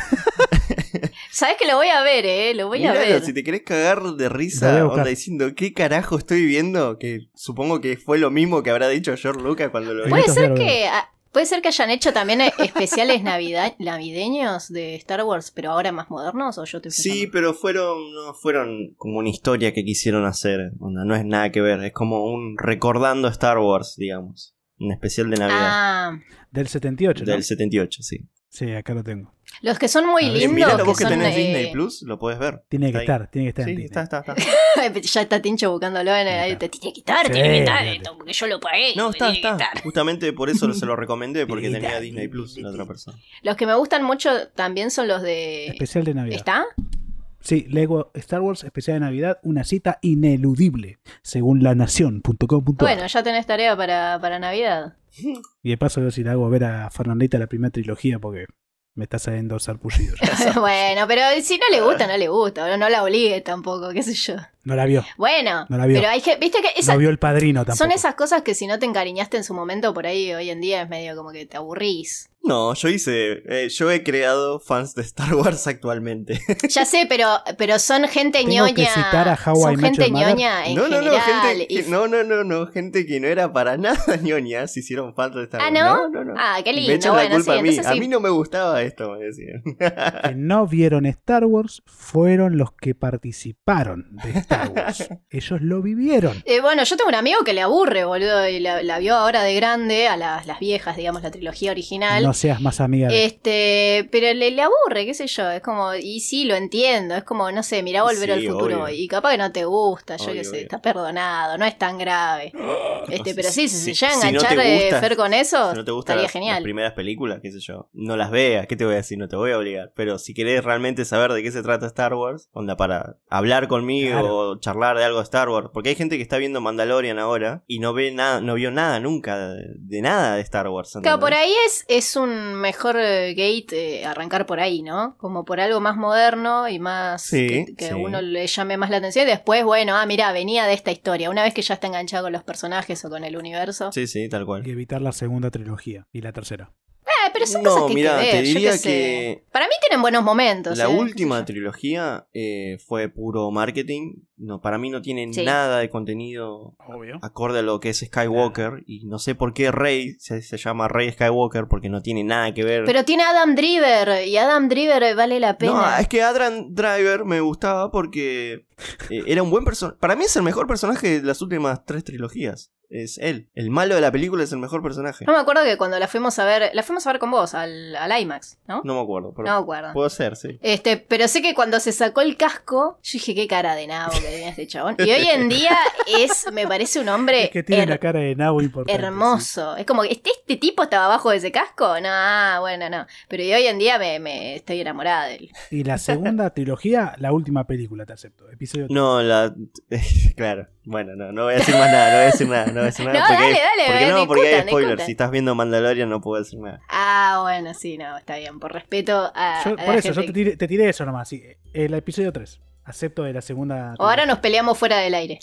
Sabes que lo voy a ver, lo voy a ver. Si te querés cagar de risa, onda diciendo ¿qué carajo estoy viendo? Que supongo que fue lo mismo que habrá dicho George Lucas cuando lo vi. Puede ser que hayan hecho también especiales navideños de Star Wars, pero ahora más modernos, ¿o yo estoy pensando? Sí, pero no fueron como una historia que quisieron hacer. No es nada que ver, es como un recordando Star Wars, digamos. Un especial de Navidad. Del 78, ¿no? Del 78, sí. Sí, acá lo tengo. Los que son muy lindos. Mirá, vos que tenés Disney Plus, lo podés ver. Tiene que estar en sí, Disney. Está. Ya está Tincho buscándolo en el... Te tiene que estar esto, porque yo lo pagué. No, está. Justamente por eso se lo recomendé, porque tenía Disney Plus la otra persona. Los que me gustan mucho también son los de... Especial de Navidad. ¿Está? Sí, Lego Star Wars especial de Navidad, una cita ineludible, según lanación.com.ar. Bueno, ya tenés tarea para Navidad. Y de paso yo si le hago ver a Fernandita la primera trilogía porque me está saliendo sarpullido. Bueno, pero si no le gusta, no le gusta. No la obligue tampoco, qué sé yo. No la vio. Bueno, no la vio. Pero hay que, viste que no vio El Padrino tampoco. Son esas cosas que si no te encariñaste en su momento, por ahí hoy en día es medio como que te aburrís. No, yo he creado fans de Star Wars actualmente. Ya sé, pero son gente Tengo ñoña. Que citar a How son I Met gente Your Mother. ñoña en general. Gente que no era para nada ñoña se hicieron fans de Star Wars. No. Ah, qué lindo. Me echan la culpa a mí. Sí. A mí no me gustaba esto, me decían. Que no vieron Star Wars fueron los que participaron de Star Wars. Ellos lo vivieron. Bueno, yo tengo un amigo que le aburre, boludo, y la vio ahora de grande, a las viejas, digamos, la trilogía original. No seas más amiga de... Pero le aburre, qué sé yo, es como, y sí, lo entiendo, es como, no sé, mirá Volver al Futuro, obvio. Y capaz que no te gusta, yo qué sé, está perdonado, no es tan grave. Pero sí, si se llega a enganchar Fer con eso, si no te gustan estaría genial. Las primeras películas, qué sé yo, no las veas, ¿qué te voy a decir? No te voy a obligar, pero si querés realmente saber de qué se trata Star Wars, onda para hablar conmigo o charlar de algo de Star Wars, porque hay gente que está viendo Mandalorian ahora y no vio nada nunca de nada de Star Wars. Claro, por ahí es un mejor gate arrancar por ahí, ¿no? Como por algo más moderno y más que uno le llame más la atención y después, bueno, mira, venía de esta historia. Una vez que ya está enganchado con los personajes personajes o con el universo. Sí, tal cual. Y evitar la segunda trilogía y la tercera. Pero son cosas que mirá, hay que ver, te diría yo qué que sé. Para mí tienen buenos momentos. La última trilogía fue puro marketing. No, para mí no tiene nada de contenido acorde a lo que es Skywalker. Y no sé por qué Rey se llama Rey Skywalker, porque no tiene nada que ver. Pero tiene a Adam Driver, y Adam Driver vale la pena. No, es que Adam Driver me gustaba porque era un buen personaje. Para mí es el mejor personaje de las últimas 3 trilogías. Es él. El malo de la película es el mejor personaje. No me acuerdo que cuando la fuimos a ver con vos, al IMAX, ¿no? No me acuerdo. Pero no me acuerdo. Puedo ser, sí. Pero sé que cuando se sacó el casco, yo dije, qué cara de nabo que tenía este chabón. Y hoy en día me parece un hombre... Es que tiene una cara de nabo importante. Hermoso. Sí. Es como, ¿este tipo estaba abajo de ese casco? No, bueno, no. Pero hoy en día me estoy enamorada de él. Y la segunda trilogía, la última película, te acepto. Episodio 3. No, claro. Bueno, no voy a decir más nada, no voy a decir nada. No, dale, porque hay spoilers. Si estás viendo Mandalorian no puedo decir nada. Bueno, sí, no, está bien. Por respeto a por la eso, gente. yo te tiré eso nomás. Sí, el episodio 3. Acepto de la segunda. O ahora nos peleamos fuera del aire.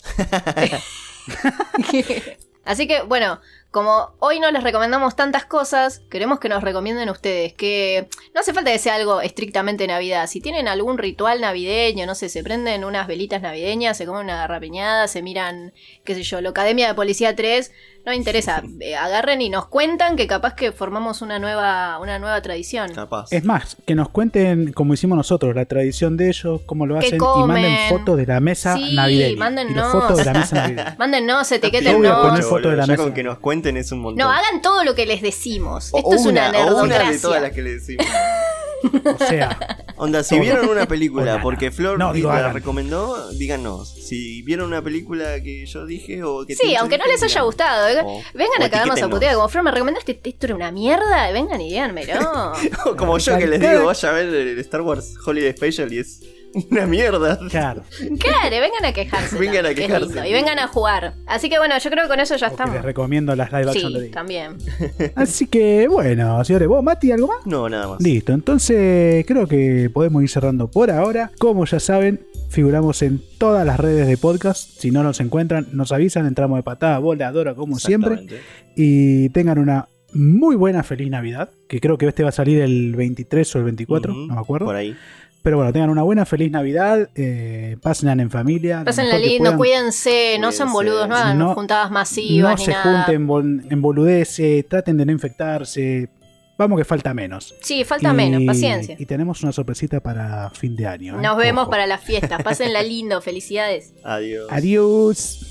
Así que, bueno, como hoy no les recomendamos tantas cosas, queremos que nos recomienden ustedes, que no hace falta que sea algo estrictamente Navidad. Si tienen algún ritual navideño, no sé, se prenden unas velitas navideñas, se comen una garrapiñada, se miran, qué sé yo, la Academia de Policía 3, no interesa, agarren y nos cuentan que capaz que formamos una nueva tradición. Capaz. Es más, que nos cuenten, como hicimos nosotros, la tradición de ellos, cómo lo hacen, y manden fotos de la mesa navideña. Mándennos. Fotos de la mesa navideña. Mándennos, etiquétennos. Foto de la mesa. Con que nos cuenten es un montón. No, hagan todo lo que les decimos. Esto es una nerdocracia. Una de todas las que les decimos. O sea, onda, si vieron una película porque Flor la recomendó, díganos. Si vieron una película que yo dije o que aunque no les haya gustado, vengan a cagarnos a putear. Como Flor me recomendaste, esto era una mierda, vengan y díganmelo. Como yo que les digo, vaya a ver el Star Wars Holiday Special y es una mierda. Claro, vengan a quejarse. Y vengan a jugar. Así que bueno, yo creo que con eso ya estamos. Les recomiendo las live action de Disney. También. Así que bueno, señores, ¿vos, Mati, algo más? No, nada más. Listo, entonces creo que podemos ir cerrando por ahora. Como ya saben, figuramos en todas las redes de podcast. Si no nos encuentran, nos avisan, entramos de patada voladora como siempre. Y tengan una muy buena feliz Navidad, que creo que este va a salir el 23 o el 24, no me acuerdo. Por ahí. Pero bueno, tengan una buena feliz Navidad, pásenla en familia. Pásenla lindo, cuídense, no sean boludos, no hagan juntadas masivas. No se junten en boludeces, traten de no infectarse. Vamos que falta menos. Sí, falta menos, paciencia. Y tenemos una sorpresita para fin de año. Nos vemos para las fiestas, pásenla lindo, felicidades. Adiós. Adiós.